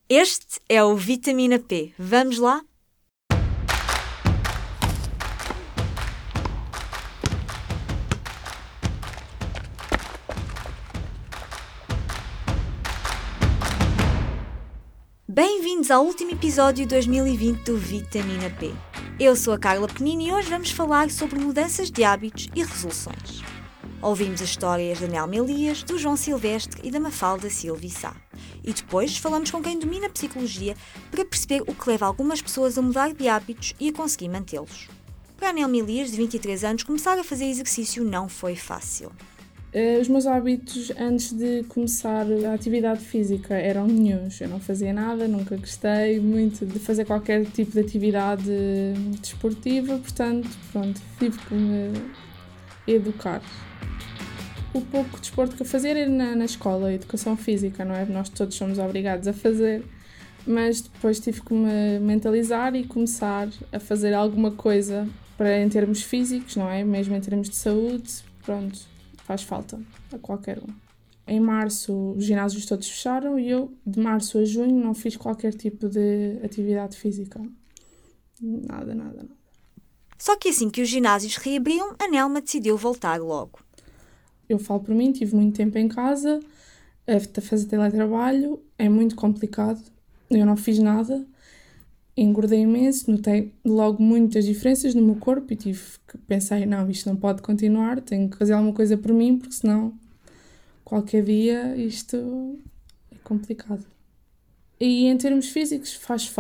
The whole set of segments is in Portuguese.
Este é o Vitamina P. Vamos lá? Bem-vindos ao último episódio de 2020 do Vitamina P. Eu sou a Carla Penini e hoje vamos falar sobre mudanças de hábitos e resoluções. Ouvimos as histórias da Nelma Elias, do João Silvestre e da Mafalda Silva Sá. E depois falamos com quem domina a psicologia para perceber o que leva algumas pessoas a mudar de hábitos e a conseguir mantê-los. Para a Nelma Elias, de 23 anos, começar a fazer exercício não foi fácil. Os meus hábitos antes de começar a atividade física eram nenhuns. Eu não fazia nada, nunca gostei muito de fazer qualquer tipo de atividade desportiva, portanto, tive que me educar. O pouco desporto que eu fazia era na escola, a educação física, não é? Nós todos somos obrigados a fazer, mas depois tive que me mentalizar e começar a fazer alguma coisa em termos físicos, não é? Mesmo em termos de saúde, faz falta a qualquer um. Em março os ginásios todos fecharam e eu, de março a junho, não fiz qualquer tipo de atividade física. Nada. Só que assim que os ginásios reabriam, a Nelma decidiu voltar logo. Eu falo por mim, tive muito tempo em casa a fazer teletrabalho, é muito complicado, eu não fiz nada, engordei imenso, notei logo muitas diferenças no meu corpo e pensei, não, isto não pode continuar, tenho que fazer alguma coisa por mim, porque senão qualquer dia isto é complicado. E em termos físicos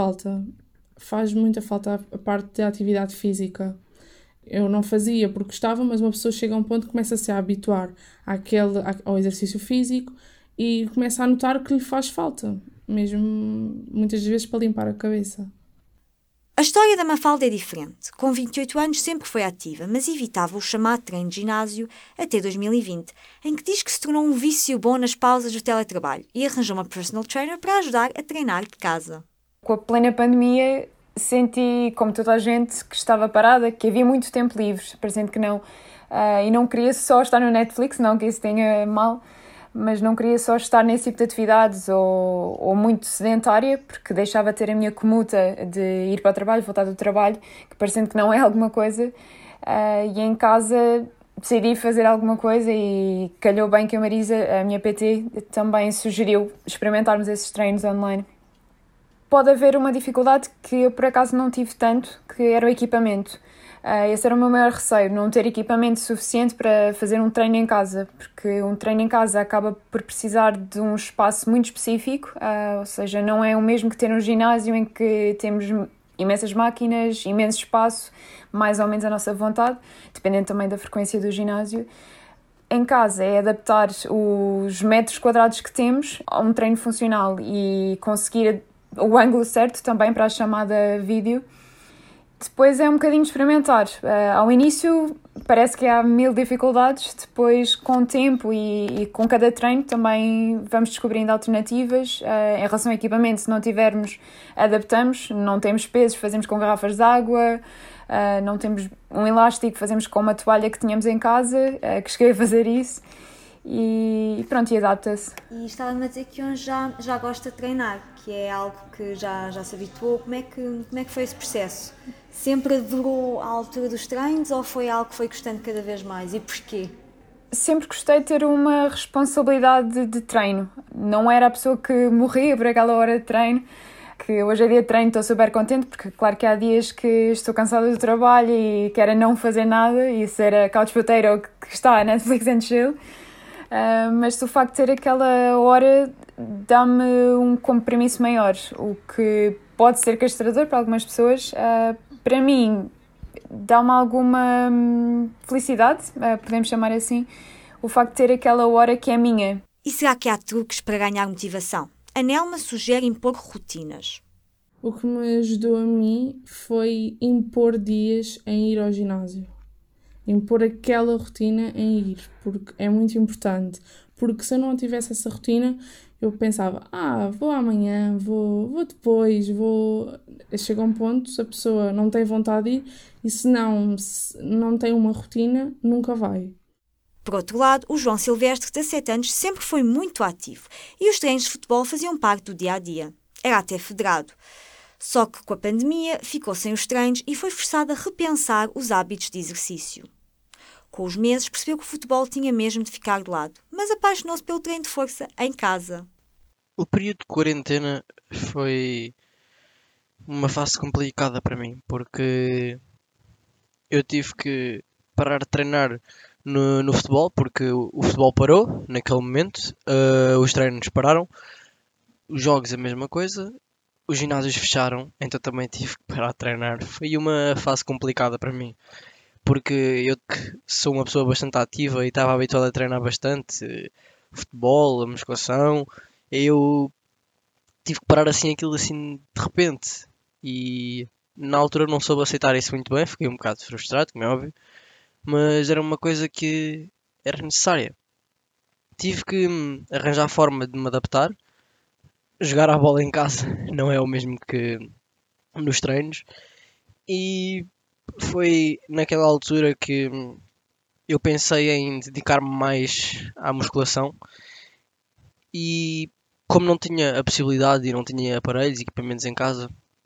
faz muita falta a parte da atividade física. Eu não fazia porque gostava, mas uma pessoa chega a um ponto que começa-se a habituar ao exercício físico e começa a notar que lhe faz falta, mesmo muitas vezes para limpar a cabeça. A história da Mafalda é diferente. Com 28 anos sempre foi ativa, mas evitava o chamado treino de ginásio até 2020, em que diz que se tornou um vício bom nas pausas do teletrabalho e arranjou uma personal trainer para ajudar a treinar de casa. Com a plena pandemia, senti, como toda a gente, que estava parada, que havia muito tempo livre, parecendo que não. E não queria só estar no Netflix, não que isso tenha mal, mas não queria só estar nesse tipo de atividades ou muito sedentária, porque deixava de ter a minha comuta de ir para o trabalho, voltar do trabalho, que parecendo que não é alguma coisa. E em casa decidi fazer alguma coisa e calhou bem que a Marisa, a minha PT, também sugeriu experimentarmos esses treinos online. Pode haver uma dificuldade que eu, por acaso, não tive tanto, que era o equipamento. Esse era o meu maior receio, não ter equipamento suficiente para fazer um treino em casa, porque um treino em casa acaba por precisar de um espaço muito específico, ou seja, não é o mesmo que ter um ginásio em que temos imensas máquinas, imenso espaço, mais ou menos à nossa vontade, dependendo também da frequência do ginásio. Em casa é adaptar os metros quadrados que temos a um treino funcional e conseguir o ângulo certo também para a chamada vídeo. Depois é um bocadinho experimentar. Ao início parece que há 1000 dificuldades, depois com o tempo e com cada treino também vamos descobrindo alternativas. Em relação ao equipamento, se não tivermos, adaptamos, não temos pesos, fazemos com garrafas de água, não temos um elástico, fazemos com uma toalha que tínhamos em casa, que cheguei a fazer isso. E pronto, e adapta-se. E estava-me a dizer que hoje já gosta de treinar, que é algo que já se habituou. Como é que foi esse processo? Sempre adorou a altura dos treinos ou foi algo que foi gostando cada vez mais? E porquê? Sempre gostei de ter uma responsabilidade de treino. Não era a pessoa que morria por aquela hora de treino, que hoje é dia de treino, estou super contente, porque claro que há dias que estou cansada do trabalho e quero não fazer nada e ser a couch potato que está a Netflix and chill. Mas o facto de ter aquela hora dá-me um compromisso maior, o que pode ser castrador para algumas pessoas. Para mim, dá-me alguma felicidade, podemos chamar assim, o facto de ter aquela hora que é minha. E será que há truques para ganhar motivação? A Nelma sugere impor rotinas. O que me ajudou a mim foi impor dias em ir ao ginásio. Impor aquela rotina em ir, porque é muito importante. Porque se eu não tivesse essa rotina, eu pensava, vou amanhã, vou depois, Chega a um ponto, se a pessoa não tem vontade de ir, e se não tem uma rotina, nunca vai. Por outro lado, o João Silvestre, de 17 anos, sempre foi muito ativo e os treinos de futebol faziam parte do dia-a-dia. Era até federado. Só que com a pandemia ficou sem os treinos e foi forçado a repensar os hábitos de exercício. Com os meses percebeu que o futebol tinha mesmo de ficar de lado, mas apaixonou-se pelo treino de força em casa. O período de quarentena foi uma fase complicada para mim, porque eu tive que parar de treinar no futebol, porque o futebol parou naquele momento, os treinos pararam, os jogos a mesma coisa, os ginásios fecharam, então também tive que parar de treinar. Foi uma fase complicada para mim, porque eu que sou uma pessoa bastante ativa e estava habituado a treinar bastante, futebol, a musculação, eu tive que parar assim aquilo assim de repente e na altura não soube aceitar isso muito bem, fiquei um bocado frustrado, como é óbvio, mas era uma coisa que era necessária. Tive que arranjar forma de me adaptar. Jogar a bola em casa não é o mesmo que nos treinos e foi naquela altura que eu pensei em dedicar-me mais à musculação e como não tinha a possibilidade e não tinha aparelhos e equipamentos em casa,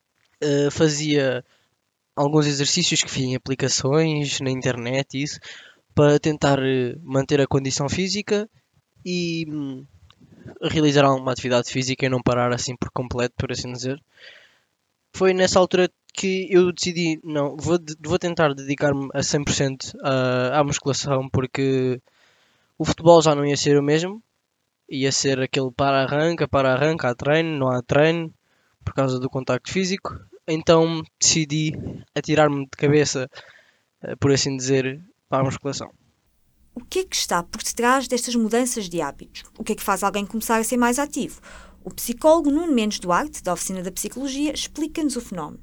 fazia alguns exercícios que vi em aplicações na internet e isso, para tentar manter a condição física e realizar alguma atividade física e não parar assim por completo, por assim dizer. Foi nessa altura que eu decidi, não, vou tentar dedicar-me a 100% à musculação, porque o futebol já não ia ser o mesmo, ia ser aquele para-arranca, há treino, não há treino, por causa do contacto físico. Então decidi atirar-me de cabeça, por assim dizer, para a musculação. O que é que está por detrás destas mudanças de hábitos? O que é que faz alguém começar a ser mais ativo? O psicólogo Nuno Mendes Duarte, da Oficina da Psicologia, explica-nos o fenómeno.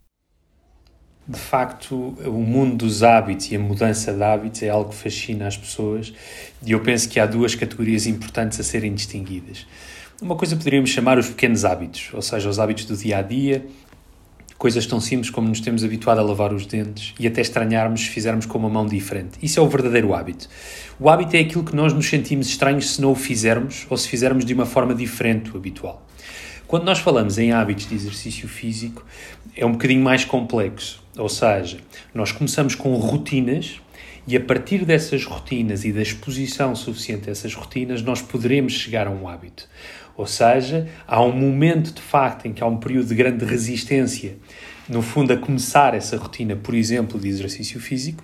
De facto, o mundo dos hábitos e a mudança de hábitos é algo que fascina as pessoas e eu penso que há duas categorias importantes a serem distinguidas. Uma coisa poderíamos chamar os pequenos hábitos, ou seja, os hábitos do dia-a-dia, coisas tão simples como nos temos habituado a lavar os dentes e até estranharmos se fizermos com uma mão diferente. Isso é o verdadeiro hábito. O hábito é aquilo que nós nos sentimos estranhos se não o fizermos ou se fizermos de uma forma diferente do habitual. Quando nós falamos em hábitos de exercício físico, é um bocadinho mais complexo. Ou seja, nós começamos com rotinas e a partir dessas rotinas e da exposição suficiente a essas rotinas, nós poderemos chegar a um hábito. Ou seja, há um momento de facto em que há um período de grande resistência, no fundo a começar essa rotina, por exemplo, de exercício físico,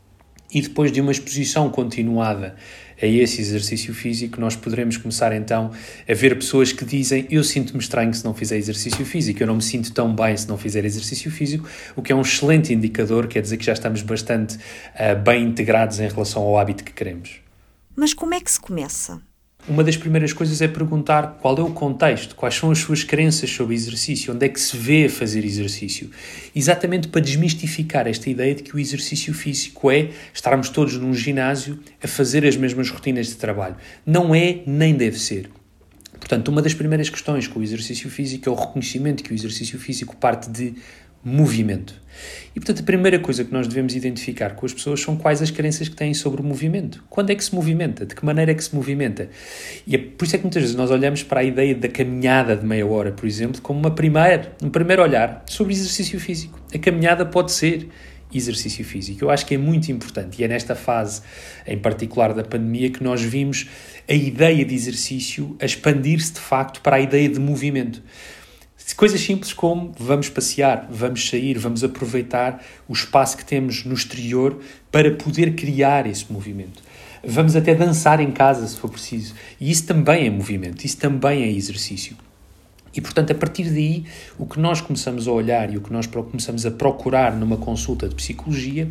e depois de uma exposição continuada a esse exercício físico, nós poderemos começar então a ver pessoas que dizem: eu sinto-me estranho se não fizer exercício físico, eu não me sinto tão bem se não fizer exercício físico, o que é um excelente indicador, quer dizer que já estamos bastante bem integrados em relação ao hábito que queremos. Mas como é que se começa? Uma das primeiras coisas é perguntar qual é o contexto, quais são as suas crenças sobre exercício, onde é que se vê a fazer exercício. Exatamente para desmistificar esta ideia de que o exercício físico é estarmos todos num ginásio a fazer as mesmas rotinas de trabalho. Não é, nem deve ser. Portanto, uma das primeiras questões com o exercício físico é o reconhecimento que o exercício físico parte de movimento. E, portanto, a primeira coisa que nós devemos identificar com as pessoas são quais as crenças que têm sobre o movimento. Quando é que se movimenta? De que maneira é que se movimenta? E por isso é que muitas vezes nós olhamos para a ideia da caminhada de meia hora, por exemplo, como um primeiro olhar sobre exercício físico. A caminhada pode ser exercício físico. Eu acho que é muito importante e é nesta fase, em particular da pandemia, que nós vimos a ideia de exercício a expandir-se de facto para a ideia de movimento. Coisas simples como vamos passear, vamos sair, vamos aproveitar o espaço que temos no exterior para poder criar esse movimento. Vamos até dançar em casa, se for preciso. E isso também é movimento, isso também é exercício. E, portanto, a partir daí, o que nós começamos a olhar e o que nós começamos a procurar numa consulta de psicologia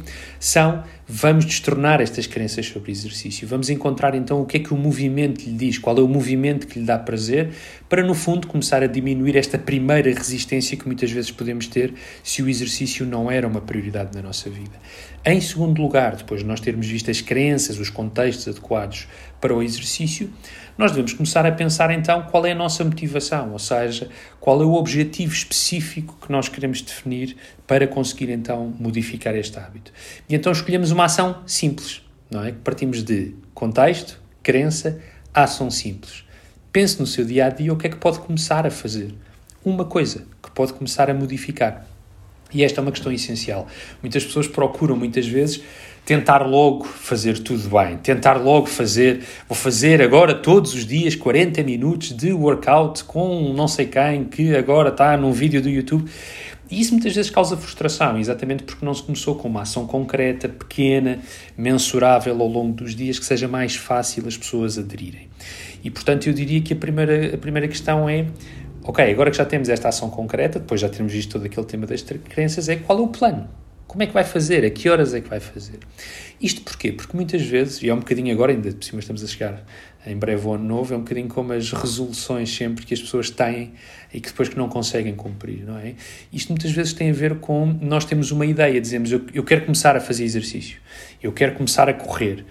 vamos destornar estas crenças sobre exercício. Vamos encontrar, então, o que é que o movimento lhe diz, qual é o movimento que lhe dá prazer, para, no fundo, começar a diminuir esta primeira resistência que muitas vezes podemos ter se o exercício não era uma prioridade na nossa vida. Em segundo lugar, depois de nós termos visto as crenças, os contextos adequados para o exercício, nós devemos começar a pensar então qual é a nossa motivação, ou seja, qual é o objetivo específico que nós queremos definir para conseguir então modificar este hábito. E então escolhemos uma ação simples, não é? Partimos de contexto, crença, ação simples. Pense no seu dia-a-dia o que é que pode começar a fazer. uma coisa que pode começar a modificar. E esta é uma questão essencial. Muitas pessoas procuram, muitas vezes, tentar logo fazer tudo bem. Tentar logo vou fazer agora todos os dias 40 minutos de workout com não sei quem que agora está num vídeo do YouTube. E isso muitas vezes causa frustração, exatamente porque não se começou com uma ação concreta, pequena, mensurável ao longo dos dias, que seja mais fácil as pessoas aderirem. E, portanto, eu diria que a primeira questão é, ok, agora que já temos esta ação concreta, depois já termos visto todo aquele tema das crenças, é qual é o plano? Como é que vai fazer? A que horas é que vai fazer? Isto porquê? Porque muitas vezes, e é um bocadinho agora, ainda por cima estamos a chegar em breve ao ano novo, é um bocadinho como as resoluções sempre que as pessoas têm e que depois que não conseguem cumprir, não é? Isto muitas vezes tem a ver com, nós temos uma ideia, dizemos, eu quero começar a fazer exercício, eu quero começar a correr,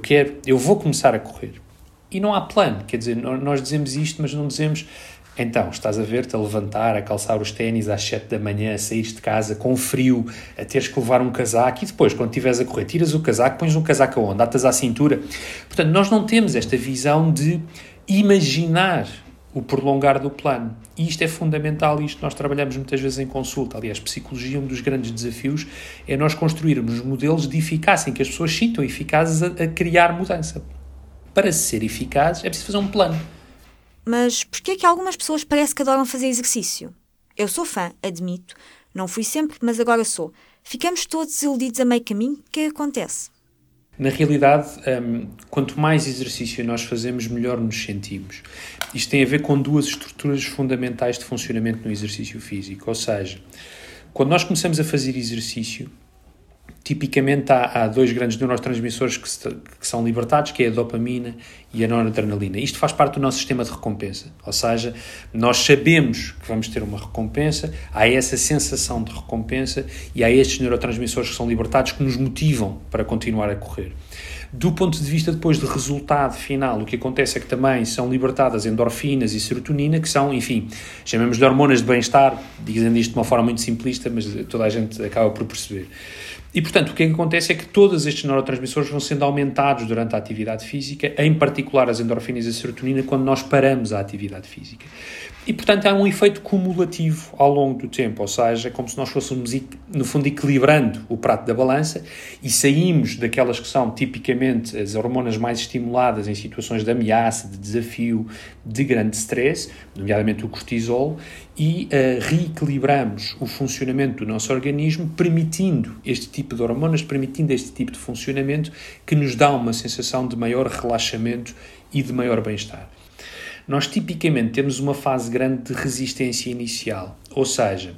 eu vou começar a correr. E não há plano, quer dizer, nós dizemos isto, mas não dizemos... Então, estás a ver-te a levantar, a calçar os ténis às 7 da manhã, a saíres de casa com frio, a teres que levar um casaco e depois, quando estiveres a correr, tiras o casaco, pões um casaco aonde? Atas à cintura. Portanto, nós não temos esta visão de imaginar o prolongar do plano. E isto é fundamental, isto nós trabalhamos muitas vezes em consulta. Aliás, psicologia, um dos grandes desafios é nós construirmos modelos de eficácia em que as pessoas sintam eficazes a criar mudança. Para ser eficazes é preciso fazer um plano. Mas porquê é que algumas pessoas parece que adoram fazer exercício? Eu sou fã, admito. Não fui sempre, mas agora sou. Ficamos todos desiludidos a meio caminho. O que acontece? Na realidade, quanto mais exercício nós fazemos, melhor nos sentimos. Isto tem a ver com duas estruturas fundamentais de funcionamento no exercício físico. Ou seja, quando nós começamos a fazer exercício, tipicamente há dois grandes neurotransmissores que são libertados, que é a dopamina e a noradrenalina. Isto faz parte do nosso sistema de recompensa, ou seja, nós sabemos que vamos ter uma recompensa, há essa sensação de recompensa e há estes neurotransmissores que são libertados que nos motivam para continuar a correr. Do ponto de vista depois de resultado final, o que acontece é que também são libertadas endorfinas e serotonina, que são, enfim, chamamos de hormonas de bem-estar, dizendo isto de uma forma muito simplista, mas toda a gente acaba por perceber. E, portanto, o que acontece é que todos estes neurotransmissores vão sendo aumentados durante a atividade física, em particular as endorfinas e a serotonina, quando nós paramos a atividade física. E, portanto, há um efeito cumulativo ao longo do tempo, ou seja, como se nós fôssemos, no fundo, equilibrando o prato da balança e saímos daquelas que são, tipicamente, as hormonas mais estimuladas em situações de ameaça, de desafio, de grande stress, nomeadamente o cortisol, e reequilibramos o funcionamento do nosso organismo, permitindo este tipo de hormonas, permitindo este tipo de funcionamento que nos dá uma sensação de maior relaxamento e de maior bem-estar. Nós tipicamente temos uma fase grande de resistência inicial, ou seja,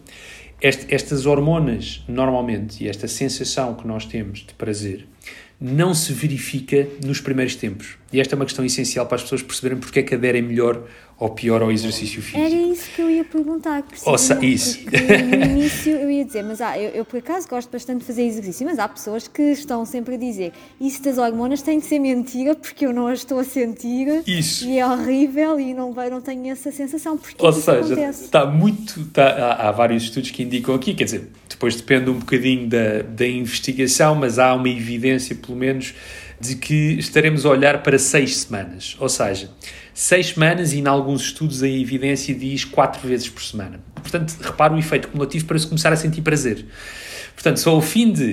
estas hormonas normalmente e esta sensação que nós temos de prazer não se verifica nos primeiros tempos. E esta é uma questão essencial para as pessoas perceberem porque é que aderem melhor ou pior ao exercício físico. Era isso que eu ia perguntar. Isso. No início eu ia dizer, mas eu por acaso gosto bastante de fazer exercício, mas há pessoas que estão sempre a dizer isso das hormonas tem de ser mentira porque eu não as estou a sentir. Isso. E é horrível e não tenho essa sensação. Porque ou isso seja, acontece? Há vários estudos que indicam aqui, quer dizer, depois depende um bocadinho da investigação, mas há uma evidência, pelo menos, de que estaremos a olhar para 6 semanas. Ou seja, 6 semanas e, em alguns estudos, a evidência diz 4 vezes por semana. Portanto, repara o efeito cumulativo para se começar a sentir prazer. Portanto, só ao fim de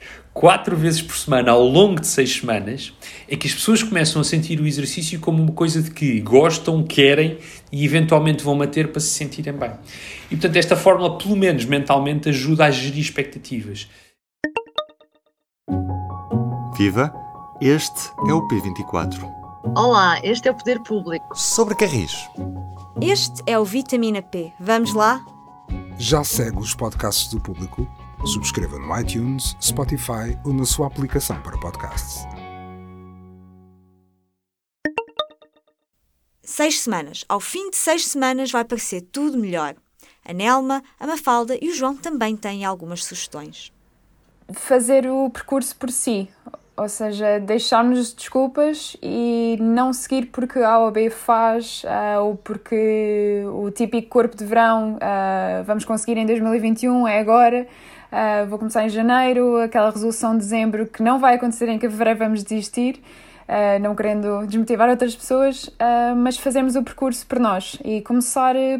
4 vezes por semana, ao longo de 6 semanas, é que as pessoas começam a sentir o exercício como uma coisa de que gostam, querem e eventualmente vão manter para se sentirem bem. E, portanto, esta fórmula, pelo menos mentalmente, ajuda a gerir expectativas. Viva! Este é o P24. Olá, este é o Poder Público. Sobre Carris. Este é o Vitamina P. Vamos lá? Já segue os podcasts do Público? Subscreva no iTunes, Spotify ou na sua aplicação para podcasts. 6 semanas. Ao fim de 6 semanas vai parecer tudo melhor. A Nelma, a Mafalda e o João também têm algumas sugestões. Fazer o percurso por si, ou seja, deixar-nos desculpas e não seguir porque A ou B faz, ou porque o típico corpo de verão vamos conseguir em 2021, é agora, vou começar em janeiro, aquela resolução de dezembro que não vai acontecer, em que em fevereiro vamos desistir, não querendo desmotivar outras pessoas, mas fazermos o percurso por nós e começar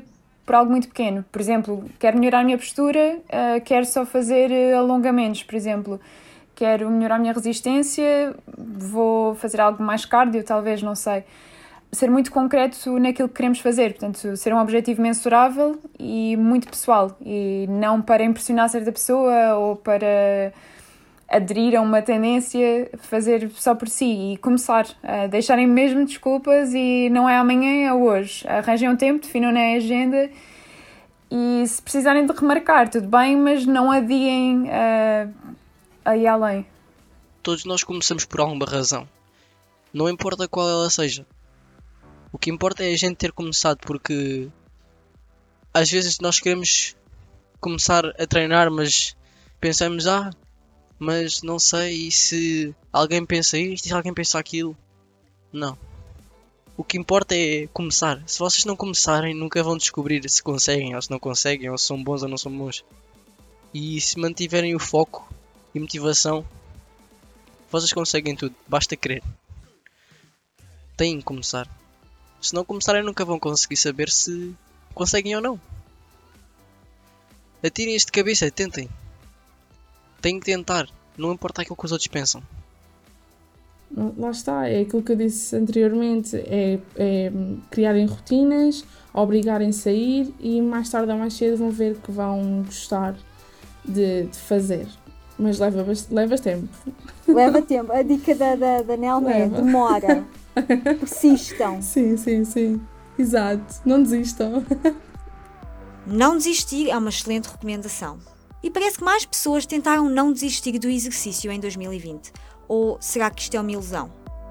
por algo muito pequeno. Por exemplo, quero melhorar a minha postura, quero só fazer alongamentos, por exemplo. Quero melhorar a minha resistência, vou fazer algo mais cardio, talvez, não sei. Ser muito concreto naquilo que queremos fazer, portanto, ser um objetivo mensurável e muito pessoal, e não para impressionar certa pessoa ou para aderir a uma tendência, fazer só por si e começar a deixarem mesmo desculpas, e não é amanhã, é hoje. Arranjem um tempo, definam na agenda, e se precisarem de remarcar, tudo bem, mas não adiem aí além. Todos nós começamos por alguma razão, não importa qual ela seja. O que importa é a gente ter começado, porque às vezes nós queremos começar a treinar, mas pensamos, mas não sei, e se alguém pensa isto, e se alguém pensa aquilo. Não. O que importa é começar. Se vocês não começarem, nunca vão descobrir se conseguem ou se não conseguem, ou se são bons ou não são bons. E se mantiverem o foco e motivação, vocês conseguem tudo, basta querer. Têm que começar. Se não começarem, nunca vão conseguir saber se conseguem ou não. Atirem-se de cabeça, tentem. Têm que tentar, não importa aquilo que os outros pensam. Lá está, é aquilo que eu disse anteriormente, é criarem rotinas, obrigarem-se a ir, e mais tarde ou mais cedo vão ver que vão gostar de fazer. Mas leva tempo. Leva tempo. A dica da Nelma é: demora. Persistam. Sim. Exato. Não desistam. Não desistir é uma excelente recomendação. E parece que mais pessoas tentaram não desistir do exercício em 2020. Ou será que isto é uma ilusão?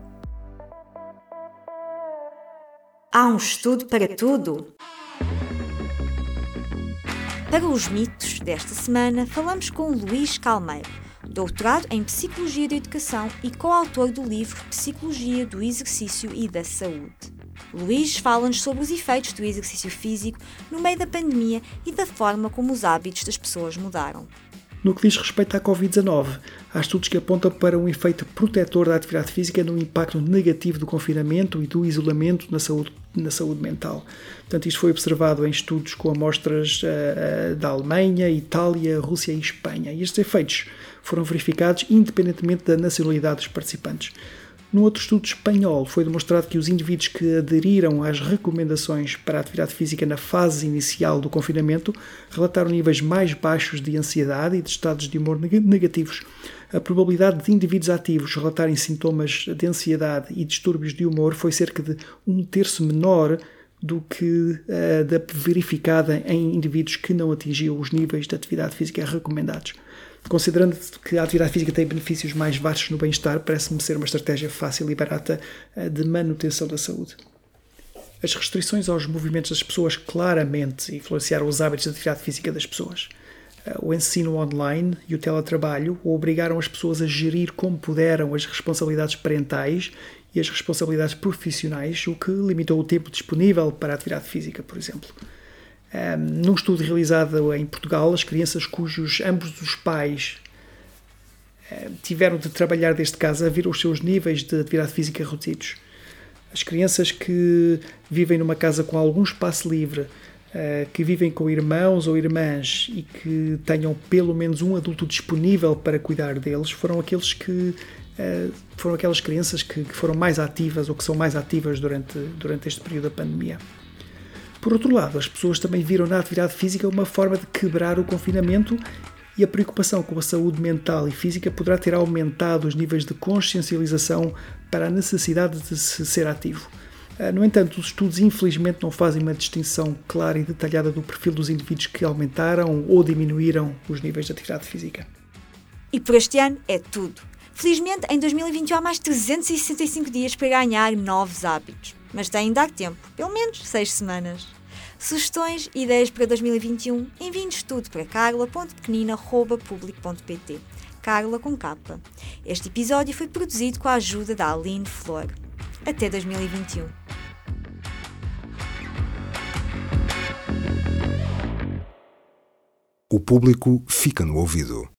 Há um estudo para tudo? Para os mitos desta semana, falamos com Luís Calmeiro, doutorado em Psicologia da Educação e coautor do livro Psicologia do Exercício e da Saúde. Luís fala-nos sobre os efeitos do exercício físico no meio da pandemia e da forma como os hábitos das pessoas mudaram. No que diz respeito à Covid-19, há estudos que apontam para um efeito protetor da atividade física no impacto negativo do confinamento e do isolamento na saúde mental. Portanto, isto foi observado em estudos com amostras da Alemanha, Itália, Rússia e Espanha. E estes efeitos foram verificados independentemente da nacionalidade dos participantes. Num outro estudo espanhol, foi demonstrado que os indivíduos que aderiram às recomendações para a atividade física na fase inicial do confinamento relataram níveis mais baixos de ansiedade e de estados de humor negativos. A probabilidade de indivíduos ativos relatarem sintomas de ansiedade e distúrbios de humor foi cerca de 1/3 menor do que a da verificada em indivíduos que não atingiam os níveis de atividade física recomendados. Considerando que a atividade física tem benefícios mais vastos no bem-estar, parece-me ser uma estratégia fácil e barata de manutenção da saúde. As restrições aos movimentos das pessoas claramente influenciaram os hábitos de atividade física das pessoas. O ensino online e o teletrabalho obrigaram as pessoas a gerir como puderam as responsabilidades parentais e as responsabilidades profissionais, o que limitou o tempo disponível para a atividade física, por exemplo. Num estudo realizado em Portugal, as crianças cujos ambos os pais tiveram de trabalhar desde casa viram os seus níveis de atividade física reduzidos. As crianças que vivem numa casa com algum espaço livre, que vivem com irmãos ou irmãs e que tenham pelo menos um adulto disponível para cuidar deles, foram aquelas crianças que foram mais ativas ou que são mais ativas durante este período da pandemia. Por outro lado, as pessoas também viram na atividade física uma forma de quebrar o confinamento, e a preocupação com a saúde mental e física poderá ter aumentado os níveis de consciencialização para a necessidade de se ser ativo. No entanto, os estudos infelizmente não fazem uma distinção clara e detalhada do perfil dos indivíduos que aumentaram ou diminuíram os níveis de atividade física. E por este ano é tudo. Felizmente, em 2021 há mais 365 dias para ganhar novos hábitos. Mas tem ainda há tempo, pelo menos 6 semanas. Sugestões e ideias para 2021? Enviem-nos tudo para carla.pequenina@public.pt. Carla com capa. Este episódio foi produzido com a ajuda da Aline Flor. Até 2021. O público fica no ouvido.